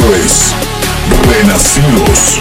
es Renacidos.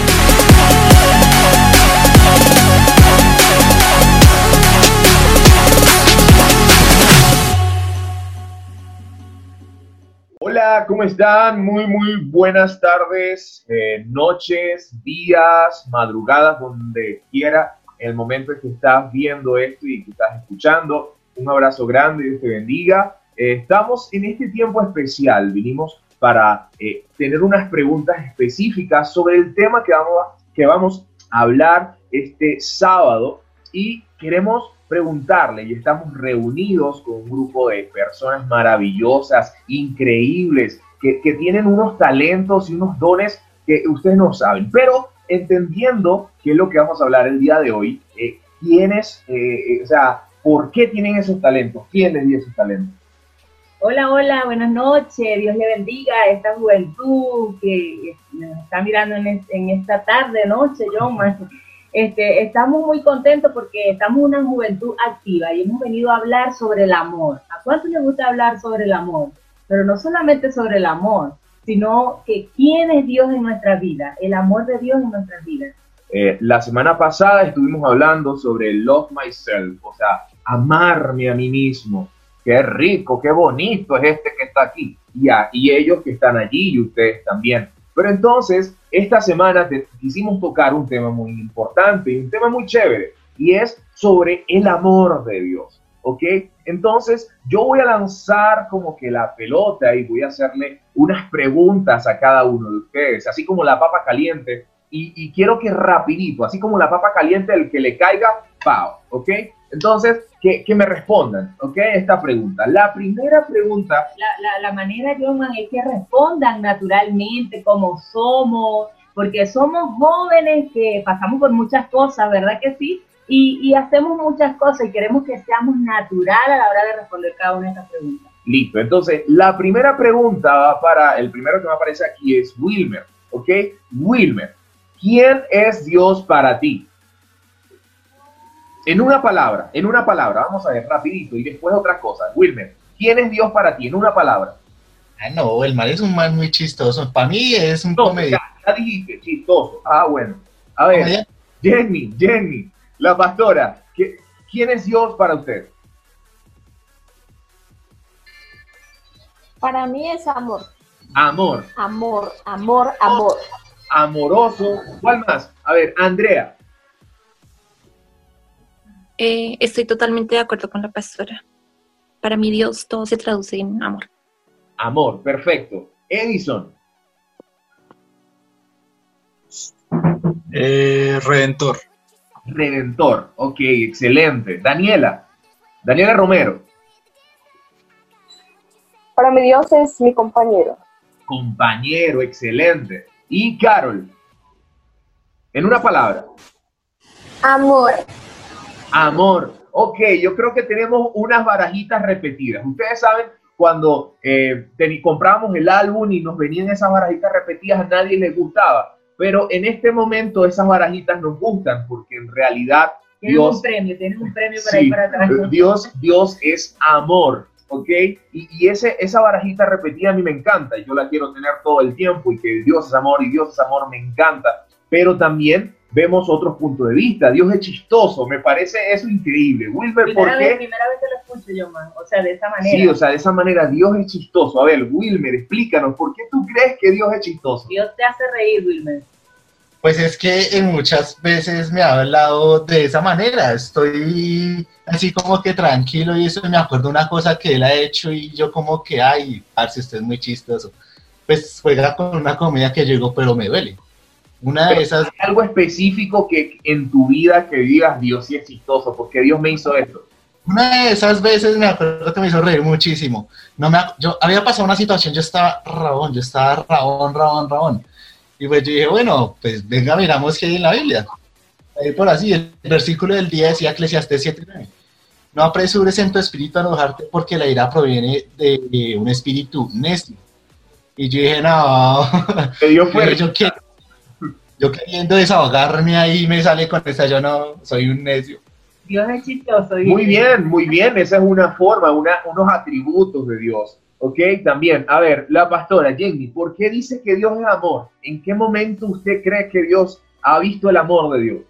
Hola, ¿cómo están? Muy buenas tardes, noches, días, madrugadas, donde quiera, en el momento en que estás viendo esto y que estás escuchando. Un abrazo grande, Dios te bendiga. Estamos en este tiempo especial, vinimos para tener unas preguntas específicas sobre el tema que vamos a hablar este sábado, y queremos preguntarle, y estamos reunidos con un grupo de personas maravillosas, increíbles, que tienen unos talentos y unos dones que ustedes no saben, pero entendiendo qué es lo que vamos a hablar el día de hoy, ¿por qué tienen esos talentos? ¿Quién les dio esos talentos? Hola, buenas noches, Dios le bendiga a esta juventud que nos está mirando en esta tarde, noche, estamos muy contentos porque estamos una juventud activa y hemos venido a hablar sobre el amor. ¿A cuánto les gusta hablar sobre el amor? Pero no solamente sobre el amor, sino que quién es Dios en nuestras vidas, el amor de Dios en nuestras vidas. La semana pasada estuvimos hablando sobre love myself, o sea, amarme a mí mismo. Qué rico, qué bonito es este que está aquí. Y ellos que están allí y ustedes también. Pero entonces, esta semana quisimos tocar un tema muy importante y un tema muy chévere. Y es sobre el amor de Dios. ¿Ok? Entonces, yo voy a lanzar como que la pelota y voy a hacerle unas preguntas a cada uno de ustedes. Así como la papa caliente. Y quiero que rapidito, así como la papa caliente, el que le caiga, ¡pau! ¿Ok? Entonces, que me respondan, ¿ok? Esta pregunta. La primera pregunta... La manera, Joman, es que respondan naturalmente como somos, porque somos jóvenes que pasamos por muchas cosas, ¿verdad que sí? Y hacemos muchas cosas y queremos que seamos natural a la hora de responder cada una de estas preguntas. Listo. Entonces, la primera pregunta va para... El primero que me aparece aquí es Wilmer, ¿ok? Wilmer, ¿quién es Dios para ti? En una palabra, vamos a ver rapidito y después otras cosas. Wilmer, ¿quién es Dios para ti? En una palabra. No, el man es un man muy chistoso. Para mí es un comediante. Ya dijiste, chistoso. Bueno. A ver, Jenny, la pastora, ¿quién es Dios para usted? Para mí es amor. Amor. Amoroso. ¿Cuál más? A ver, Andrea. Estoy totalmente de acuerdo con la pastora. Para mí Dios todo se traduce en amor. Amor, perfecto. Edison. Redentor. Redentor, ok, excelente. Daniela Romero. Para mí Dios es mi compañero. Compañero, excelente. Y Carol, en una palabra. Amor. Ok, yo creo que tenemos unas barajitas repetidas. Ustedes saben, cuando comprábamos el álbum y nos venían esas barajitas repetidas, a nadie les gustaba. Pero en este momento esas barajitas nos gustan porque en realidad tienen un premio para ir para atrás. Dios es amor, ¿ok? Y esa barajita repetida a mí me encanta. Yo la quiero tener todo el tiempo, y que Dios es amor y Dios es amor me encanta. Pero también vemos otros puntos de vista. Dios es chistoso, me parece eso increíble. Wilmer, ¿por qué? Primera vez que lo escucho yo, man. O sea, de esa manera. Sí, o sea, de esa manera Dios es chistoso. A ver, Wilmer, explícanos, ¿por qué tú crees que Dios es chistoso? Dios te hace reír, Wilmer. Pues es que muchas veces me ha hablado de esa manera. Estoy así como que tranquilo y eso, me acuerdo una cosa que él ha hecho y yo como que, ay, parce, usted es muy chistoso. Pues juega con una comida que yo digo, pero me duele. Una de esas... Algo específico que en tu vida que digas, Dios sí es chistoso, porque Dios me hizo esto. Una de esas veces me acuerdo que me hizo reír muchísimo. Yo había pasado una situación, yo estaba rabón. Y pues yo dije, bueno, pues venga, miramos qué hay en la Biblia. Ahí por así, el versículo del día decía Eclesiastés 7:9. No apresures en tu espíritu a enojarte porque la ira proviene de un espíritu necio. Y yo dije, no, yo queriendo desahogarme ahí me sale con esta, yo no, soy un necio. Dios es chistoso. Muy bien, esa es una forma, unos atributos de Dios. Ok, también. A ver, la pastora Jenny, ¿por qué dice que Dios es amor? ¿En qué momento usted cree que Dios ha visto el amor de Dios?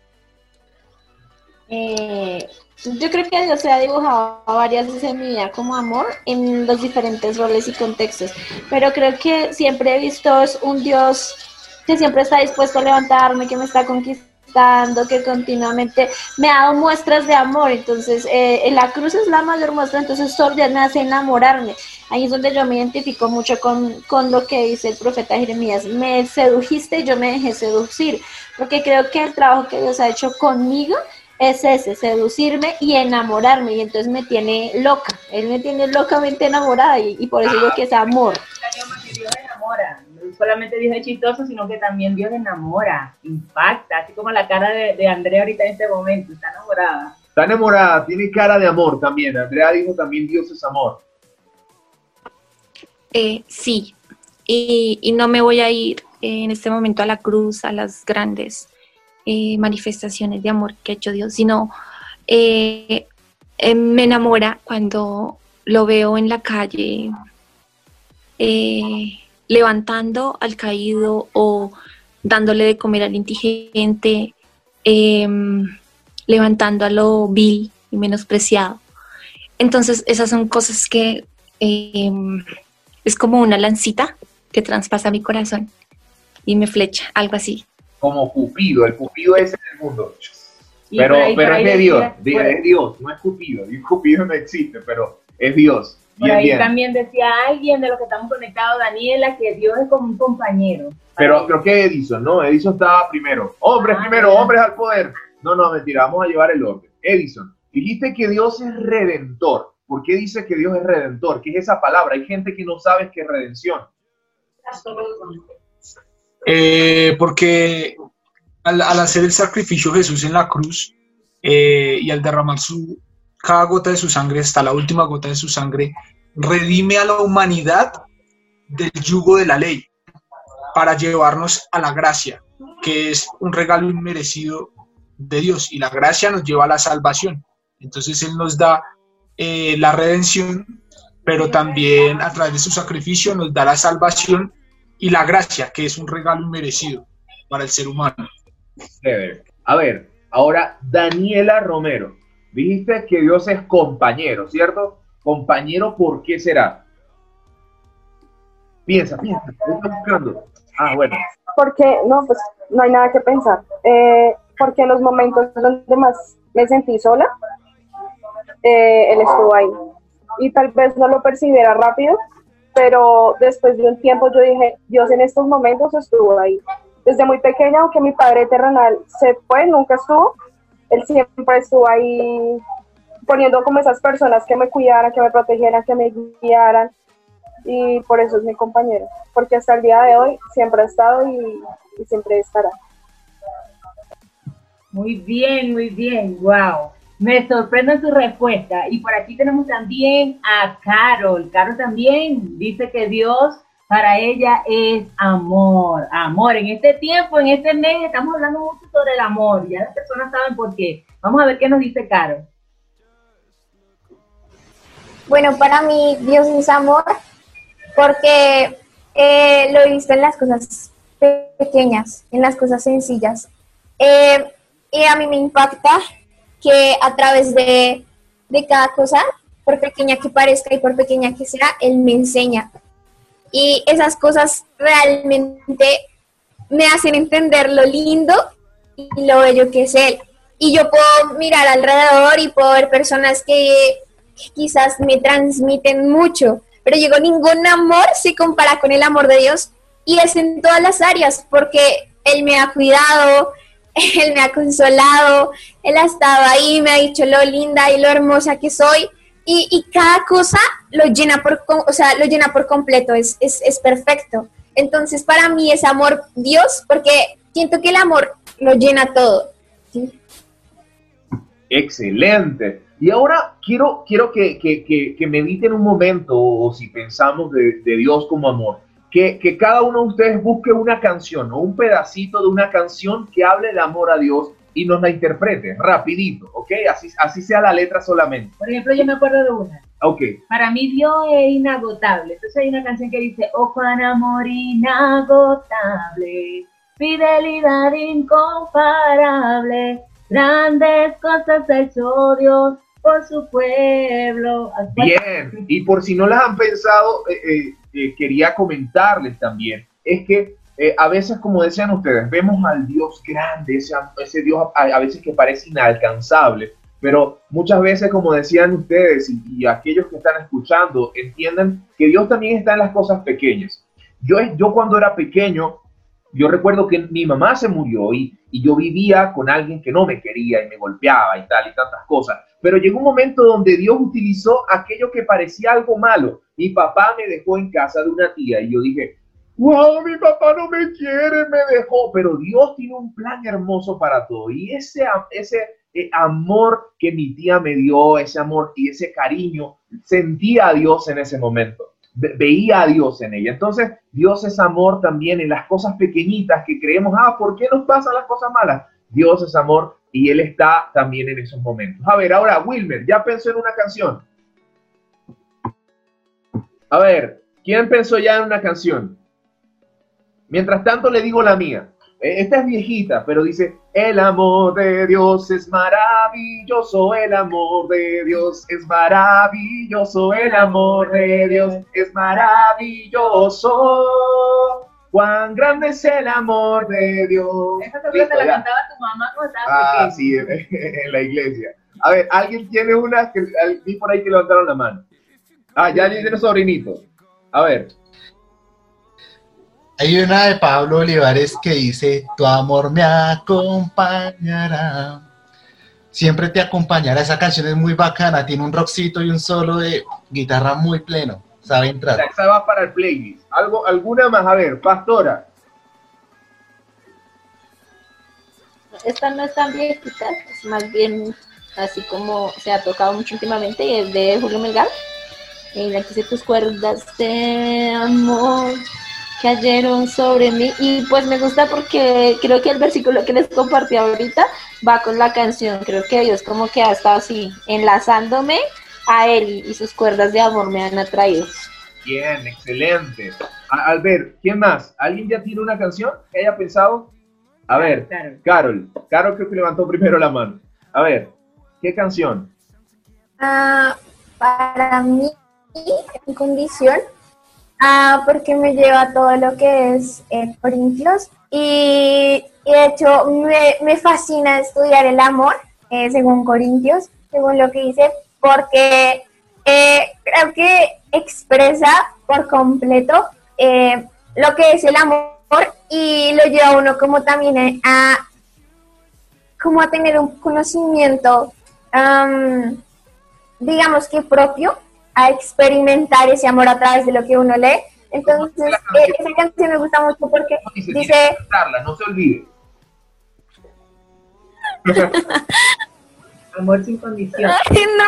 Yo creo que Dios se ha dibujado varias veces en mi vida como amor en los diferentes roles y contextos, pero creo que siempre he visto es un Dios que siempre está dispuesto a levantarme, que me está conquistando, que continuamente me ha dado muestras de amor. Entonces en la cruz es la mayor muestra, entonces todo Dios me hace enamorarme. Ahí es donde yo me identifico mucho con lo que dice el profeta Jeremías: me sedujiste y yo me dejé seducir, porque creo que el trabajo que Dios ha hecho conmigo es ese, seducirme y enamorarme, y entonces me tiene loca, él me tiene locamente enamorada, y por eso digo que es amor. Que Dios enamora, no solamente Dios es chistoso, sino que también Dios enamora, impacta, así como la cara de Andrea ahorita en este momento, está enamorada. Está enamorada, tiene cara de amor también. Andrea dijo también Dios es amor. Sí, y no me voy a ir en este momento a la cruz, a las grandes manifestaciones de amor que ha hecho Dios, sino me enamora cuando lo veo en la calle levantando al caído o dándole de comer al indigente, levantando a lo vil y menospreciado. Entonces esas son cosas que es como una lancita que traspasa mi corazón y me flecha, algo así. Como Cupido, el Cupido es en el mundo. Y Pero por ahí es de Dios, decía, es Dios, no es Cupido. Y Cupido no existe, pero es Dios. por Bien, ahí bien. también decía alguien de los que estamos conectados, Daniela, que Dios es como un compañero. Pero creo que Edison, ¿no? Edison estaba primero. Hombres primero, ya. hombres al poder. No, mentira, vamos a llevar el orden. Edison, dijiste que Dios es redentor. ¿Por qué dice que Dios es redentor? ¿Qué es esa palabra? Hay gente que no sabe qué es redención. Porque al hacer el sacrificio Jesús en la cruz y al derramar cada gota de su sangre, hasta la última gota de su sangre, redime a la humanidad del yugo de la ley para llevarnos a la gracia, que es un regalo inmerecido de Dios, y la gracia nos lleva a la salvación. Entonces Él nos da la redención, pero también a través de su sacrificio nos da la salvación y la gracia, que es un regalo inmerecido para el ser humano. A ver, ahora Daniela Romero, dijiste que Dios es compañero, ¿cierto? Compañero, ¿por qué será? Piensa, ¿qué estás buscando? Bueno. Porque, no, pues no hay nada que pensar. Porque en los momentos donde más me sentí sola, él estuvo ahí. Y tal vez no lo percibiera rápido, pero después de un tiempo yo dije, Dios en estos momentos estuvo ahí. Desde muy pequeña, aunque mi padre terrenal se fue, nunca estuvo, él siempre estuvo ahí poniendo como esas personas que me cuidaran, que me protegieran, que me guiaran, y por eso es mi compañero, porque hasta el día de hoy siempre ha estado y siempre estará. Muy bien, wow. Me sorprende su respuesta. Y por aquí tenemos también a Carol. Carol también dice que Dios para ella es amor. Amor. En este tiempo, en este mes, estamos hablando mucho sobre el amor. Ya las personas saben por qué. Vamos a ver qué nos dice Carol. Bueno, para mí Dios es amor porque lo he visto en las cosas pequeñas, en las cosas sencillas. Y a mí me impacta que a través de cada cosa, por pequeña que parezca y por pequeña que sea, Él me enseña. Y esas cosas realmente me hacen entender lo lindo y lo bello que es Él. Y yo puedo mirar alrededor y puedo ver personas que quizás me transmiten mucho, pero digo, ningún amor se compara con el amor de Dios, y es en todas las áreas, porque Él me ha cuidado, Él me ha consolado, Él ha estado ahí, me ha dicho lo linda y lo hermosa que soy, y cada cosa lo llena por completo, es perfecto. Entonces para mí es amor Dios, porque siento que el amor lo llena todo. ¿Sí? Excelente. Y ahora quiero que mediten un momento, o si pensamos de Dios como amor, que cada uno de ustedes busque una canción o un pedacito de una canción que hable de amor a Dios y nos la interprete rapidito, ¿ok? Así sea la letra solamente. Por ejemplo, yo me acuerdo de una. Ok. Para mí Dios es inagotable. Entonces hay una canción que dice, oh Juan, amor inagotable, fidelidad incomparable, grandes cosas ha hecho Dios por su pueblo. Bien, y por si no las han pensado, quería comentarles también, es que a veces, como decían ustedes, vemos al Dios grande, ese Dios a veces que parece inalcanzable, pero muchas veces, como decían ustedes y aquellos que están escuchando, entiendan que Dios también está en las cosas pequeñas. Yo cuando era pequeño, yo recuerdo que mi mamá se murió y yo vivía con alguien que no me quería y me golpeaba y tal y tantas cosas. Pero llegó un momento donde Dios utilizó aquello que parecía algo malo. Mi papá me dejó en casa de una tía y yo dije, wow, mi papá no me quiere, me dejó. Pero Dios tiene un plan hermoso para todo. Y ese amor que mi tía me dio, ese amor y ese cariño, sentía a Dios en ese momento. Veía a Dios en ella. Entonces, Dios es amor también en las cosas pequeñitas que creemos, ¿por qué nos pasan las cosas malas? Dios es amor y Él está también en esos momentos. A ver, ahora, Wilmer, ¿ya pensó en una canción? A ver, ¿quién pensó ya en una canción? Mientras tanto, le digo la mía. Esta es viejita, pero dice, el amor de Dios es maravilloso, el amor de Dios es maravilloso, el amor de Dios es maravilloso. Cuán grande es el amor de Dios. Esa canción te la cantaba tu mamá cuando estabas pequeño. Sí, en la iglesia. A ver, ¿alguien tiene una? Vi por ahí que levantaron la mano. Ya tiene sobrinito. A ver. Hay una de Pablo Olivares que dice, tu amor me acompañará, siempre te acompañará. Esa canción es muy bacana, tiene un rockcito y un solo de guitarra muy pleno, sabe entrar. Esa va para el playlist. ¿Alguna más? A ver, Pastora. Esta no es tan viejita, es más bien así como se ha tocado mucho últimamente y es de Julio Melgar. Y la que dice, tus cuerdas de amor cayeron sobre mí, y pues me gusta porque creo que el versículo que les compartí ahorita va con la canción. Creo que Dios como que ha estado así enlazándome a Él y sus cuerdas de amor me han atraído. Bien, excelente. Albert, ¿quién más? ¿Alguien ya tiene una canción que haya pensado? A ver, Carol creo que levantó primero la mano. A ver, ¿qué canción? Para mí, en condición, porque me lleva todo lo que es Corintios y de hecho me fascina estudiar el amor según Corintios, según lo que dice, porque creo que expresa por completo lo que es el amor y lo lleva a uno como también a tener un conocimiento digamos que propio, a experimentar ese amor a través de lo que uno lee. Entonces, esa canción me gusta mucho porque dice... No se olvide. Amor sin condición. Ay, no.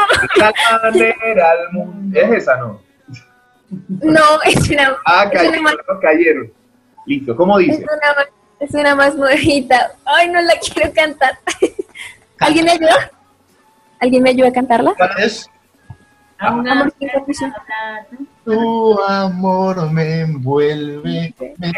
¿Es esa, no? No, es una... cayeron. Listo, ¿cómo dice? Es una más nuevita. Ay, no la quiero cantar. ¿Alguien me ayuda? ¿Alguien me ayuda a cantarla? ¿Cuál es? Amor sin condición. Tu amor me envuelve, me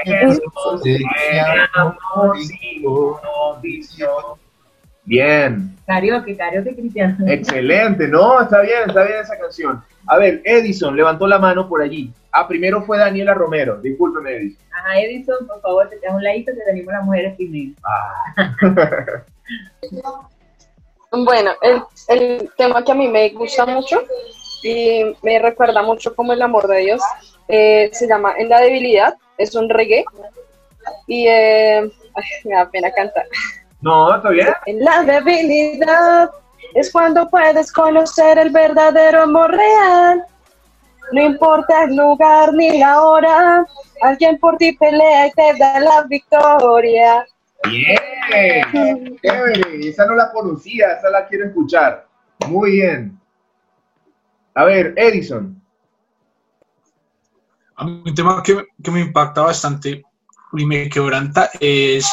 amor sin condición. Bien. Karaoke, Cristian. Excelente, no, está bien esa canción. A ver, Edison levantó la mano por allí. Primero fue Daniela Romero, discúlpeme, Edison. Ajá, Edison, por favor, te das un ladito que tenemos las mujeres primero. Bueno, el tema que a mí me gusta mucho y me recuerda mucho como el amor de Dios, se llama En la debilidad, es un reggae y me da pena cantar. No, ¿está bien? En la debilidad es cuando puedes conocer el verdadero amor real. No importa el lugar ni la hora, alguien por ti pelea y te da la victoria. Bien, chévere, esa no la conocía, esa la quiero escuchar. Muy bien. A ver, Edison. A mí un tema que me impacta bastante y me quebranta es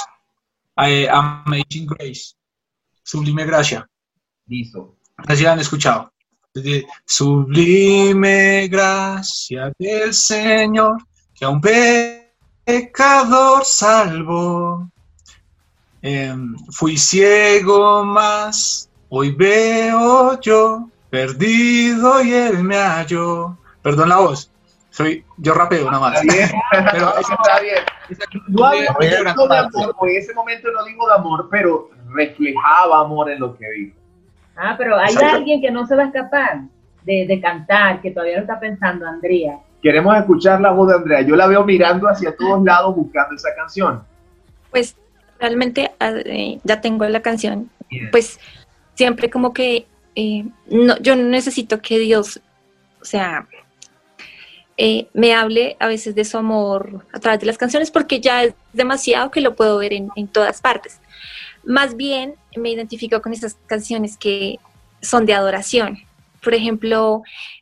Amazing Grace, Sublime Gracia. Listo. Así la han escuchado. Sublime gracia del Señor, que a un pecador salvó. Fui ciego, mas hoy veo yo, perdido y Él me halló. Perdón la voz, yo rapeo nada más. Está bien, Pero está bien. No hablo de amor, en ese momento no digo de amor, pero reflejaba amor en lo que dijo. Ah, pero hay alguien que no se va a escapar de cantar, que todavía lo está pensando, Andrea. Queremos escuchar la voz de Andrea. Yo la veo mirando hacia todos lados buscando esa canción. Pues realmente ya tengo la canción. Bien. Pues siempre como que no, yo no necesito que Dios, o sea, me hable a veces de su amor a través de las canciones, porque ya es demasiado que lo puedo ver en todas partes. Más bien me identifico con esas canciones que son de adoración. Por ejemplo,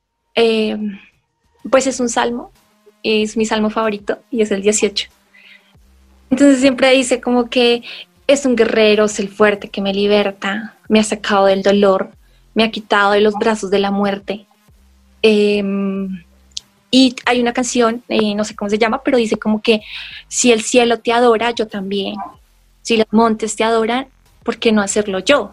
pues es un salmo, es mi salmo favorito y es el 18. Entonces siempre dice como que es un guerrero, es el fuerte que me liberta, me ha sacado del dolor, me ha quitado de los brazos de la muerte. Y hay una canción, no sé cómo se llama, pero dice como que si el cielo te adora, yo también. Si los montes te adoran, ¿por qué no hacerlo yo?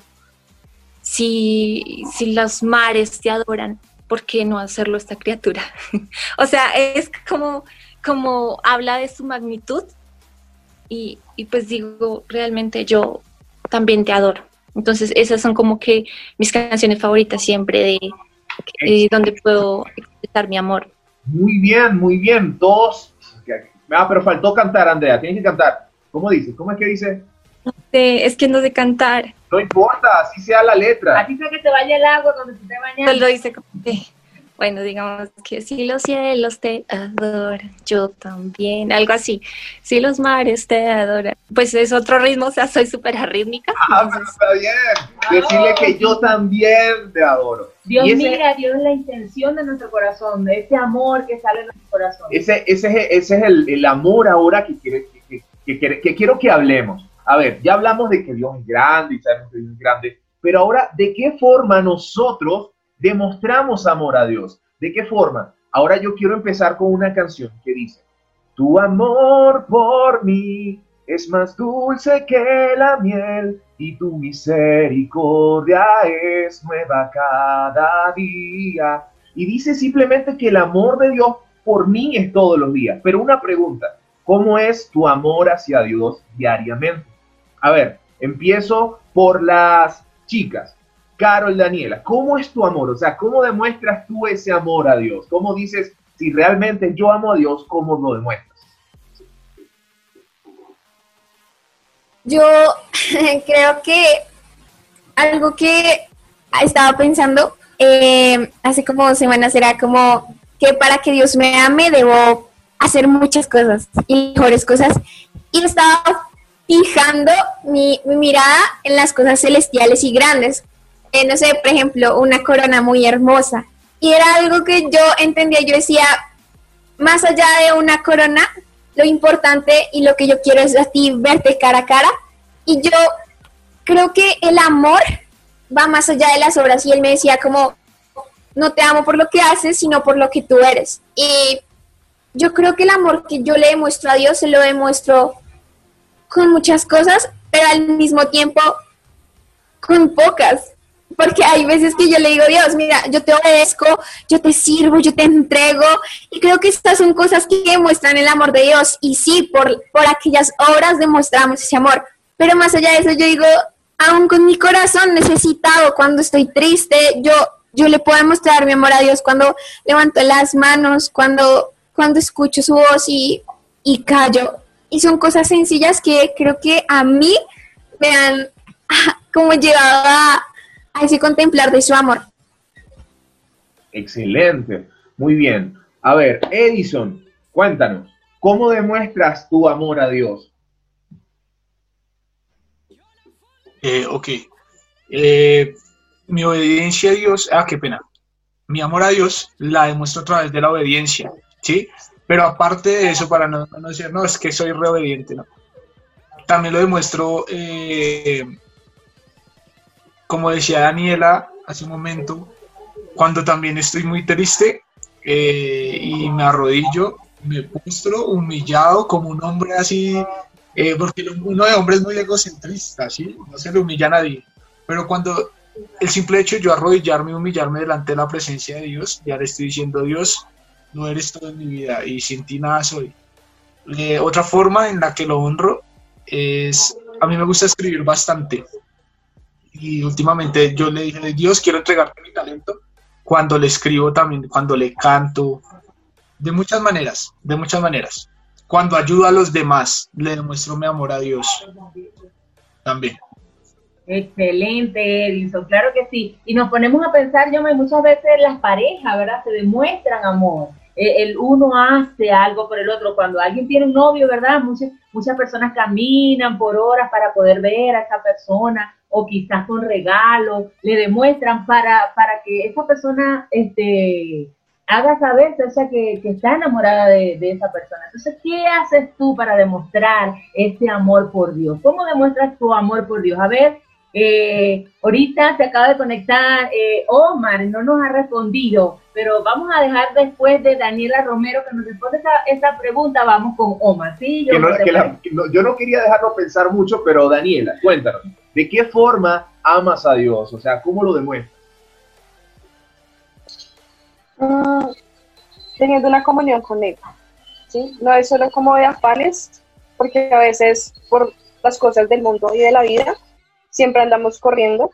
Si los mares te adoran, ¿por qué no hacerlo esta criatura? O sea, es como habla de su magnitud y pues digo, realmente yo también te adoro. Entonces esas son como que mis canciones favoritas siempre, donde puedo expresar mi amor. Muy bien. Dos. Pero faltó cantar, Andrea. Tienes que cantar. ¿Cómo dice? ¿Cómo es que dice? Es que no sé cantar. No importa, así sea la letra. Así sea que te vaya el agua cuando te esté bañando. Solo dice como que, bueno, digamos que si los cielos te adoran, yo también, algo así. Si los mares te adoran, pues es otro ritmo, o sea, soy súper arrítmica. Pero está bien. Decirle que yo también te adoro. Dios Y mira, Dios es la intención de nuestro corazón, de ese amor que sale de nuestro corazón. Ese es el amor ahora que quiero que hablemos. A ver, ya hablamos de que Dios es grande y sabemos que Dios es grande, pero ahora, ¿de qué forma nosotros demostramos amor a Dios? ¿De qué forma? Ahora yo quiero empezar con una canción que dice: tu amor por mí es más dulce que la miel y tu misericordia es nueva cada día. Y dice simplemente que el amor de Dios por mí es todos los días. Pero una pregunta: ¿cómo es tu amor hacia Dios diariamente? A ver, empiezo por las chicas. Carol, Daniela, ¿cómo es tu amor? O sea, ¿cómo demuestras tú ese amor a Dios? ¿Cómo dices, si realmente yo amo a Dios, cómo lo demuestras? Yo creo que algo que estaba pensando hace como 2 semanas era como que para que Dios me ame debo hacer muchas cosas y mejores cosas. Y estaba fijando mi mirada en las cosas celestiales y grandes. No sé, por ejemplo, una corona muy hermosa. Y era algo que yo entendía, yo decía, más allá de una corona, lo importante y lo que yo quiero es a ti verte cara a cara. Y yo creo que el amor va más allá de las obras. Y él me decía como, no te amo por lo que haces, sino por lo que tú eres. Y yo creo que el amor que yo le demuestro a Dios, se lo demuestro con muchas cosas, pero al mismo tiempo con pocas. Porque hay veces que yo le digo, Dios, mira, yo te obedezco, yo te sirvo, yo te entrego. Y creo que estas son cosas que demuestran el amor de Dios. Y sí, por aquellas obras demostramos ese amor. Pero más allá de eso, yo digo, aún con mi corazón necesitado, cuando estoy triste, yo le puedo demostrar mi amor a Dios cuando levanto las manos, cuando escucho su voz y callo. Y son cosas sencillas que creo que a mí me han como llevado a ese contemplar de su amor. Excelente, muy bien. A ver, Edison, cuéntanos, ¿cómo demuestras tu amor a Dios? Ok. Mi obediencia a Dios, qué pena. Mi amor a Dios la demuestro a través de la obediencia, ¿sí? Pero aparte de eso, para no decir, no, es que soy re obediente, ¿no? También lo demuestro, como decía Daniela hace un momento, cuando también estoy muy triste y me arrodillo, me postro humillado como un hombre así, porque uno de hombre es muy egocentrista, ¿sí? No se le humilla a nadie, pero cuando el simple hecho de yo arrodillarme y humillarme delante de la presencia de Dios, ya le estoy diciendo: Dios, no eres todo en mi vida y sin ti nada soy. Otra forma en la que lo honro es, a mí me gusta escribir bastante, y últimamente yo le dije: Dios, quiero entregarte mi talento. Cuando le escribo también, cuando le canto, de muchas maneras, de muchas maneras. Cuando ayudo a los demás, le demuestro mi amor a Dios también. Excelente, Edison, claro que sí. Y nos ponemos a pensar, yo muchas veces las parejas, ¿verdad? Se demuestran amor. El uno hace algo por el otro. Cuando alguien tiene un novio, ¿verdad? Muchas personas caminan por horas para poder ver a esa persona, o quizás con regalos, le demuestran para que esa persona haga saber, o sea, que está enamorada de esa persona. Entonces, ¿qué haces tú para demostrar ese amor por Dios? ¿Cómo demuestras tu amor por Dios? A ver, ahorita se acaba de conectar Omar, no nos ha respondido, pero vamos a dejar después de Daniela Romero que nos responde esa pregunta. Vamos con Omar, ¿sí? Yo no quería dejarlo pensar mucho, pero Daniela, cuéntanos, ¿de qué forma amas a Dios? O sea, ¿cómo lo demuestras? Teniendo una comunión con Él, ¿sí? No es solo como de afanes, porque a veces por las cosas del mundo y de la vida siempre andamos corriendo,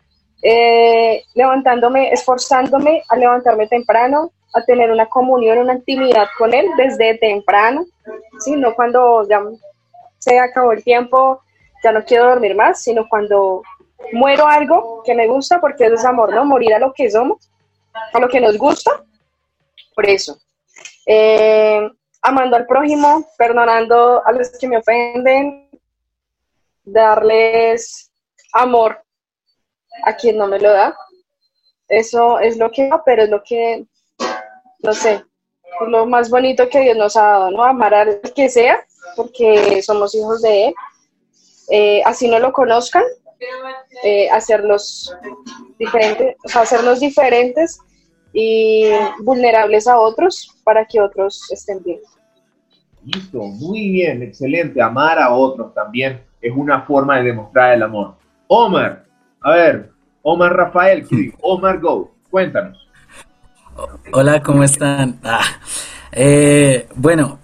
esforzándome a levantarme temprano, a tener una comunión, una intimidad con Él desde temprano, ¿sí? No cuando ya se acabó el tiempo, ya no quiero dormir más, sino cuando muero a algo que me gusta, porque eso es amor, ¿no? Morir a lo que somos, a lo que nos gusta, por eso. Amando al prójimo, perdonando a los que me ofenden, darles amor a quien no me lo da. Eso es lo que, pero es lo que, no sé, es lo más bonito que Dios nos ha dado, ¿no? Amar al que sea, porque somos hijos de Él. Así no lo conozcan, hacerlos diferentes, o sea, hacernos diferentes y vulnerables a otros para que otros estén bien. Listo, muy bien, excelente. Amar a otros también es una forma de demostrar el amor. Omar, a ver, Omar Rafael, Omar Go, cuéntanos. Hola, ¿cómo están? Bueno,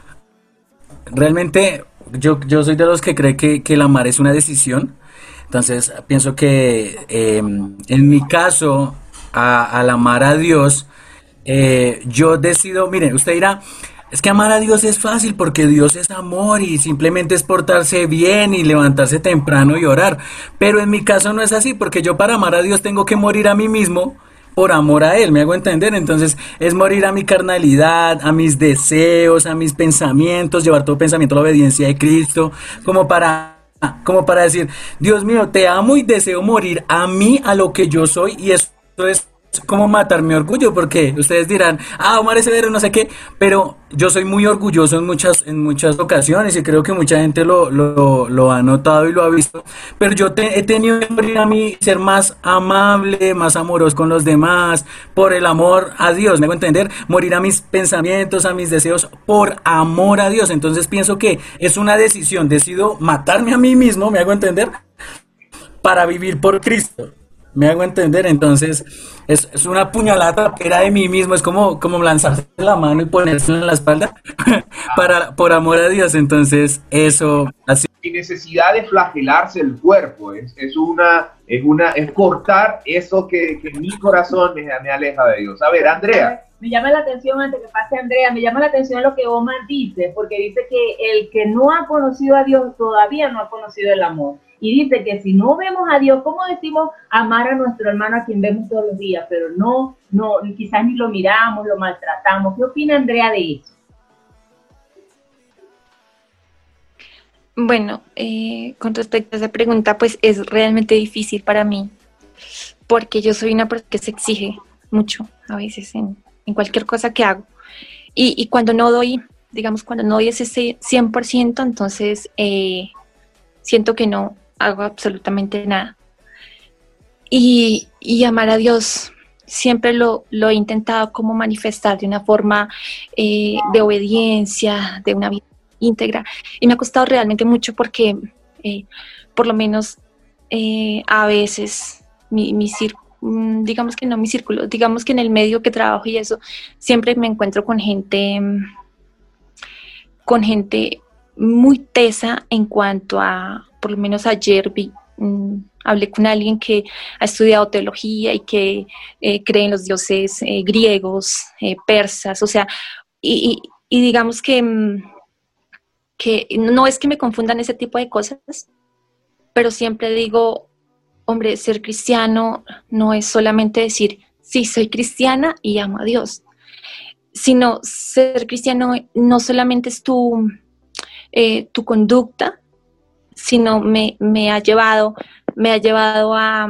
realmente yo soy de los que cree que el amar es una decisión. Entonces pienso que en mi caso, al amar a Dios, yo decido, miren, usted dirá, es que amar a Dios es fácil porque Dios es amor y simplemente es portarse bien y levantarse temprano y orar. Pero en mi caso no es así, porque yo para amar a Dios tengo que morir a mí mismo por amor a Él, ¿me hago entender? Entonces es morir a mi carnalidad, a mis deseos, a mis pensamientos, llevar todo pensamiento a la obediencia de Cristo, como para decir, Dios mío, te amo y deseo morir a mí, a lo que yo soy, y eso es como matar mi orgullo, porque ustedes dirán, Omar es severo, no sé qué, pero yo soy muy orgulloso en muchas ocasiones y creo que mucha gente lo ha notado y lo ha visto, pero yo he tenido que morir a mí, ser más amable, más amoroso con los demás, por el amor a Dios, me hago entender, morir a mis pensamientos, a mis deseos, por amor a Dios. Entonces pienso que es una decisión, decido matarme a mí mismo, me hago entender, para vivir por Cristo. Me hago entender, entonces es una puñalada que era de mí mismo, es como lanzarse la mano y ponerse en la espalda por amor a Dios. Entonces eso así. Sin necesidad de flagelarse el cuerpo, es cortar eso que mi corazón me aleja de Dios. A ver, Andrea. Me llama la atención, antes que pase Andrea, me llama la atención lo que Omar dice, porque dice que el que no ha conocido a Dios todavía no ha conocido el amor. Y dice que si no vemos a Dios, ¿cómo decimos amar a nuestro hermano a quien vemos todos los días? Pero no, quizás ni lo miramos, lo maltratamos. ¿Qué opina Andrea de eso? Bueno, con respecto a esa pregunta, pues es realmente difícil para mí, porque yo soy una persona que se exige mucho a veces en cualquier cosa que hago. Y cuando no doy, cuando no doy ese 100%, entonces siento que no hago absolutamente nada. Y amar a Dios siempre lo he intentado como manifestar de una forma de obediencia, de una vida íntegra, y me ha costado realmente mucho porque por lo menos a veces digamos que no mi círculo, digamos que en el medio que trabajo y eso, siempre me encuentro con gente muy tesa en cuanto a, por lo menos ayer hablé con alguien que ha estudiado teología y que cree en los dioses griegos, persas, o sea, y digamos que no es que me confundan ese tipo de cosas, pero siempre digo, hombre, ser cristiano no es solamente decir, sí, soy cristiana y amo a Dios, sino ser cristiano no solamente es tu conducta, sino me ha llevado a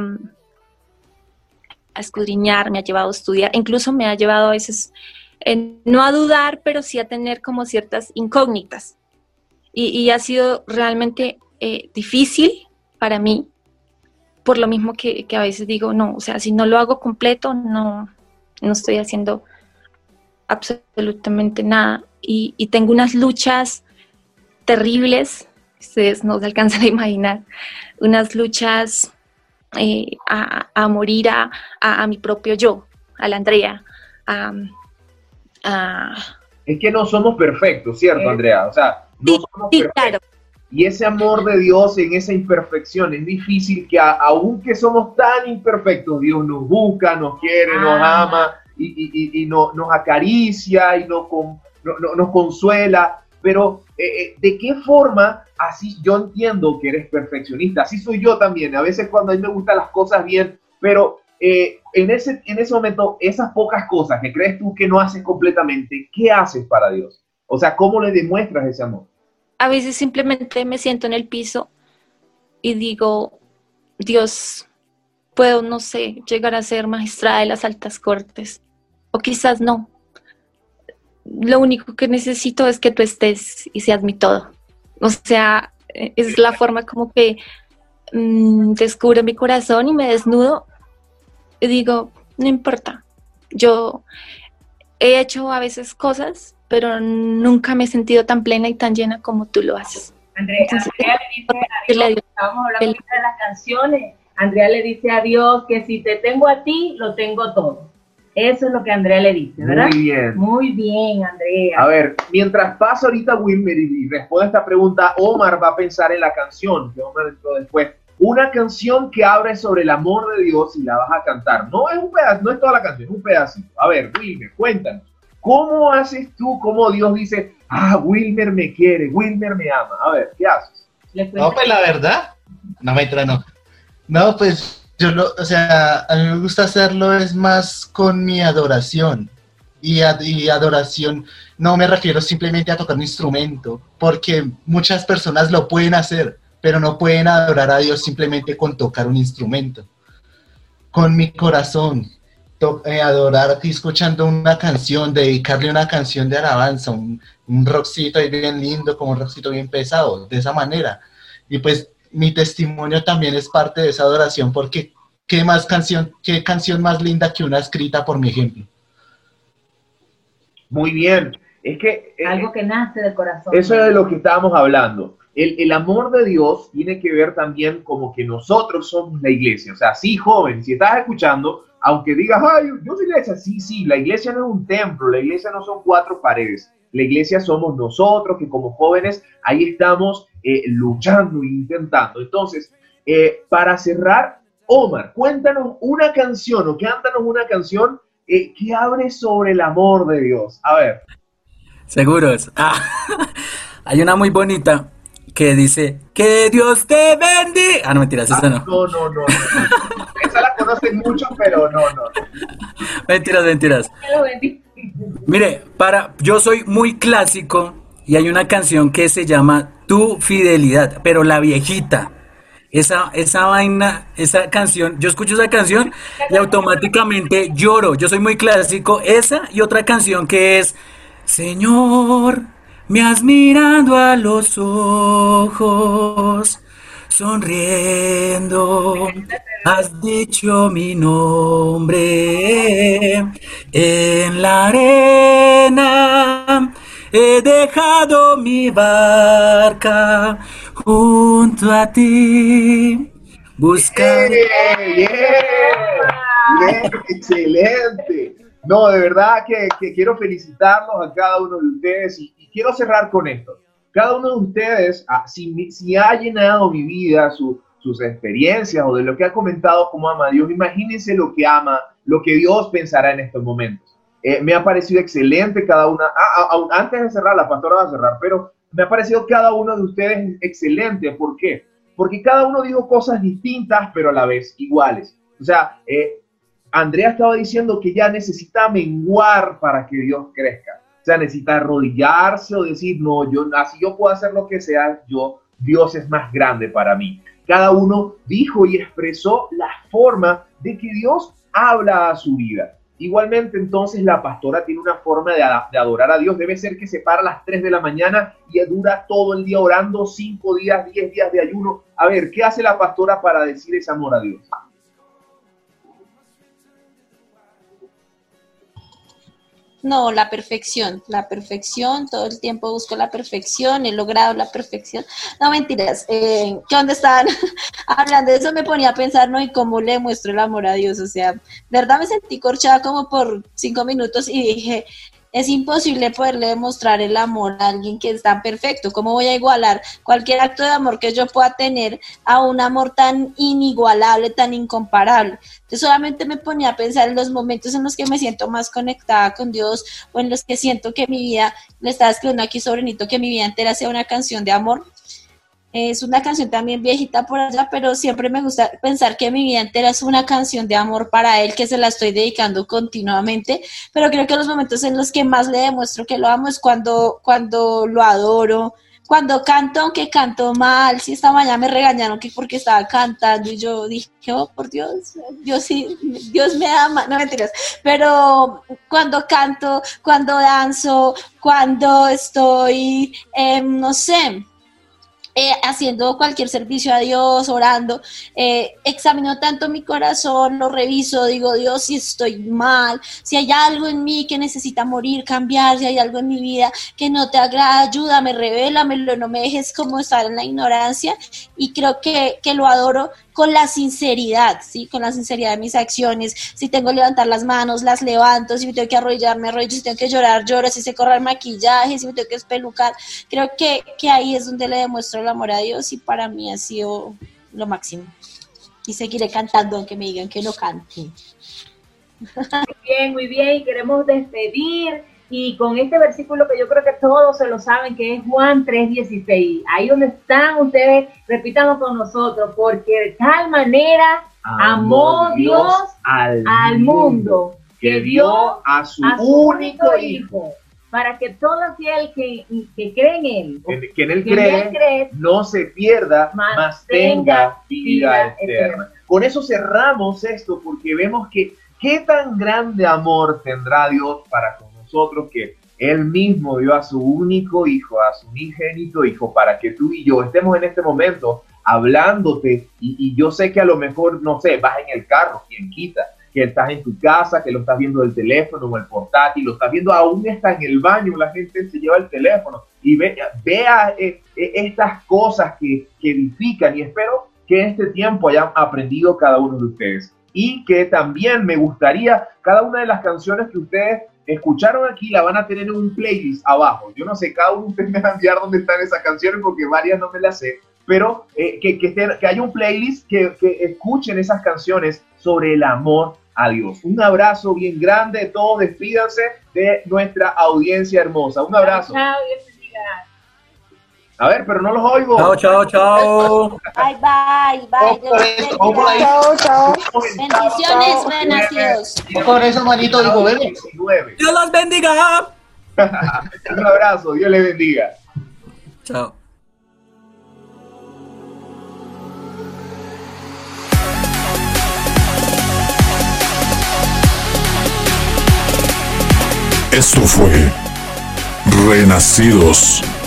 escudriñar, me ha llevado a estudiar, incluso me ha llevado a veces, no a dudar, pero sí a tener como ciertas incógnitas. Y ha sido realmente difícil para mí, por lo mismo que a veces digo, no, o sea, si no lo hago completo, no estoy haciendo absolutamente nada. Y tengo unas luchas terribles, ustedes no se alcanzan a imaginar, unas luchas a morir a mi propio yo, a la Andrea. Es que no somos perfectos, ¿cierto, Andrea? O sea, no somos perfectos. Claro. Y ese amor de Dios en esa imperfección es difícil que aunque somos tan imperfectos, Dios nos busca, nos quiere, nos ama y nos acaricia y nos consuela. Pero ¿de qué forma? Así yo entiendo que eres perfeccionista, así soy yo también. A veces cuando a mí me gustan las cosas bien, pero en ese momento, esas pocas cosas que crees tú que no haces completamente, ¿qué haces para Dios? O sea, ¿cómo le demuestras ese amor? A veces simplemente me siento en el piso y digo, Dios, puedo, no sé, llegar a ser magistrada de las altas cortes, o quizás no. Lo único que necesito es que tú estés y seas mi todo. O sea, es la forma como que descubro mi corazón y me desnudo y digo, no importa, yo he hecho a veces cosas, pero nunca me he sentido tan plena y tan llena como tú lo haces. Andrea le dice a Dios, estábamos hablando de las canciones, Andrea le dice a Dios que si te tengo a ti, lo tengo todo. Eso es lo que Andrea le dice, ¿verdad? Muy bien. Muy bien, Andrea. A ver, mientras pasa ahorita Wilmer y responde esta pregunta, Omar va a pensar en la canción, que Omar entró después. Una canción que abre sobre el amor de Dios y la vas a cantar. No es un pedazo, no es toda la canción, es un pedacito. A ver, Wilmer, cuéntanos. ¿Cómo haces tú? ¿Cómo Dios dice, Wilmer me quiere, Wilmer me ama? A ver, ¿qué haces? No, pues la verdad, no me entra, no. No, pues o sea, a mí me gusta hacerlo es más con mi adoración. Y adoración, no me refiero simplemente a tocar un instrumento, porque muchas personas lo pueden hacer, pero no pueden adorar a Dios simplemente con tocar un instrumento. Con mi corazón, adorar aquí escuchando una canción, dedicarle una canción de alabanza, un rockcito ahí bien lindo, como un rockcito bien pesado, de esa manera. Y pues mi testimonio también es parte de esa adoración, porque qué canción más linda que una escrita por mi ejemplo. Muy bien. Es que algo que nace del corazón. Eso es de lo que estábamos hablando. El amor de Dios tiene que ver también como que nosotros somos la iglesia. O sea, sí, joven, si estás escuchando, aunque digas, yo soy la iglesia, sí, la iglesia no es un templo, la iglesia no son 4 paredes. La iglesia somos nosotros, que como jóvenes ahí estamos luchando e intentando. Entonces, para cerrar, Omar, cuéntanos una canción o cántanos una canción que hable sobre el amor de Dios. A ver. Seguros. Hay una muy bonita que dice, que Dios te bendiga. No, mentiras, esa no. No. Esa la conocen mucho, pero no. Mentiras. Mire, yo soy muy clásico y hay una canción que se llama Tu Fidelidad, pero la viejita. Esa vaina, esa canción, yo escucho esa canción y automáticamente lloro. Yo soy muy clásico. Esa y otra canción que es Señor, me has mirado a los ojos, sonriendo, has dicho mi nombre. en la arena he dejado mi barca junto a ti. Buscaré. Bien, excelente. No, de verdad que quiero felicitarlos a cada uno de ustedes y quiero cerrar con esto. Cada uno de ustedes, si ha llenado mi vida, sus experiencias o de lo que ha comentado cómo ama a Dios, imagínense lo que ama, lo que Dios pensará en estos momentos. Me ha parecido excelente cada una. Antes de cerrar, la pastora va a cerrar, pero me ha parecido cada uno de ustedes excelente. ¿Por qué? Porque cada uno dijo cosas distintas, pero a la vez iguales. O sea, Andrea estaba diciendo que ya necesita menguar para que Dios crezca. O sea, necesita arrodillarse o decir, no, así yo puedo hacer lo que sea, Dios es más grande para mí. Cada uno dijo y expresó la forma de que Dios habla a su vida. Igualmente, entonces, la pastora tiene una forma de adorar a Dios. Debe ser que se para a las 3 de la mañana y dura todo el día orando, 5 días, 10 días de ayuno. A ver, ¿qué hace la pastora para decir ese amor a Dios? No, la perfección, todo el tiempo busco la perfección, he logrado la perfección. No, mentiras, que donde estaban hablando de eso me ponía a pensar, ¿no? Y cómo le muestro el amor a Dios, o sea, de verdad me sentí corchada como por 5 minutos y dije, es imposible poderle demostrar el amor a alguien que es tan perfecto. ¿Cómo voy a igualar cualquier acto de amor que yo pueda tener a un amor tan inigualable, tan incomparable? Yo solamente me ponía a pensar en los momentos en los que me siento más conectada con Dios o en los que siento que mi vida, le estaba escribiendo aquí sobrinito, que mi vida entera sea una canción de amor. Es una canción también viejita por allá, pero siempre me gusta pensar que mi vida entera es una canción de amor para él, que se la estoy dedicando continuamente, pero creo que los momentos en los que más le demuestro que lo amo es cuando lo adoro, cuando canto, aunque canto mal. Si esta mañana me regañaron que porque estaba cantando y yo dije, oh, por Dios, Dios me ama, no mentiras, pero cuando canto, cuando danzo, cuando estoy, no sé, haciendo cualquier servicio a Dios, orando, examino tanto mi corazón, lo reviso, digo, Dios, si estoy mal, si hay algo en mí que necesita morir, cambiar, si hay algo en mi vida que no te agrada, ayúdame, revélamelo, no me dejes como estar en la ignorancia. Y creo que lo adoro con la sinceridad, ¿sí? Con la sinceridad de mis acciones. Si tengo que levantar las manos, las levanto. Si me tengo que arrodillar, me arrodillo. Si tengo que llorar, lloro. Si sé correr maquillaje, si me tengo que espelucar. Creo que ahí es donde le demuestro el amor a Dios y para mí ha sido lo máximo. Y seguiré cantando aunque me digan que no cante. Muy bien. Y queremos despedir. Y con este versículo que yo creo que todos se lo saben, que es Juan 3:16. Ahí donde están ustedes, repítanlo con nosotros, porque de tal manera amó Dios al mundo, que dio a su único Hijo, para que todo aquel que cree en Él, que en Él cree, no se pierda, mas tenga vida eterna. Con eso cerramos esto, porque vemos que qué tan grande amor tendrá Dios para con nosotros, que Él mismo dio a su único Hijo, a su unigénito Hijo, para que tú y yo estemos en este momento hablándote, y yo sé que a lo mejor, no sé, vas en el carro, quien quita, que estás en tu casa, que lo estás viendo del teléfono o el portátil, lo estás viendo, aún está en el baño, la gente se lleva el teléfono, y vea estas cosas que edifican, y espero que en este tiempo hayan aprendido cada uno de ustedes, y que también me gustaría, cada una de las canciones que ustedes escucharon aquí la van a tener en un playlist abajo. Yo no sé, cada uno de ustedes me va a enviar dónde están esas canciones porque varias no me las sé, pero que haya un playlist que escuchen esas canciones sobre el amor a Dios. Un abrazo bien grande, todos despídanse de nuestra audiencia hermosa. Un abrazo. Chao, Dios te bendiga. A ver, pero no los oigo. Chao. Bye. Chao. Bendiciones, renacidos. Con eso, manito, digo, ven. Dios los bendiga. Un abrazo, Dios les bendiga. Chao. Esto fue Renacidos.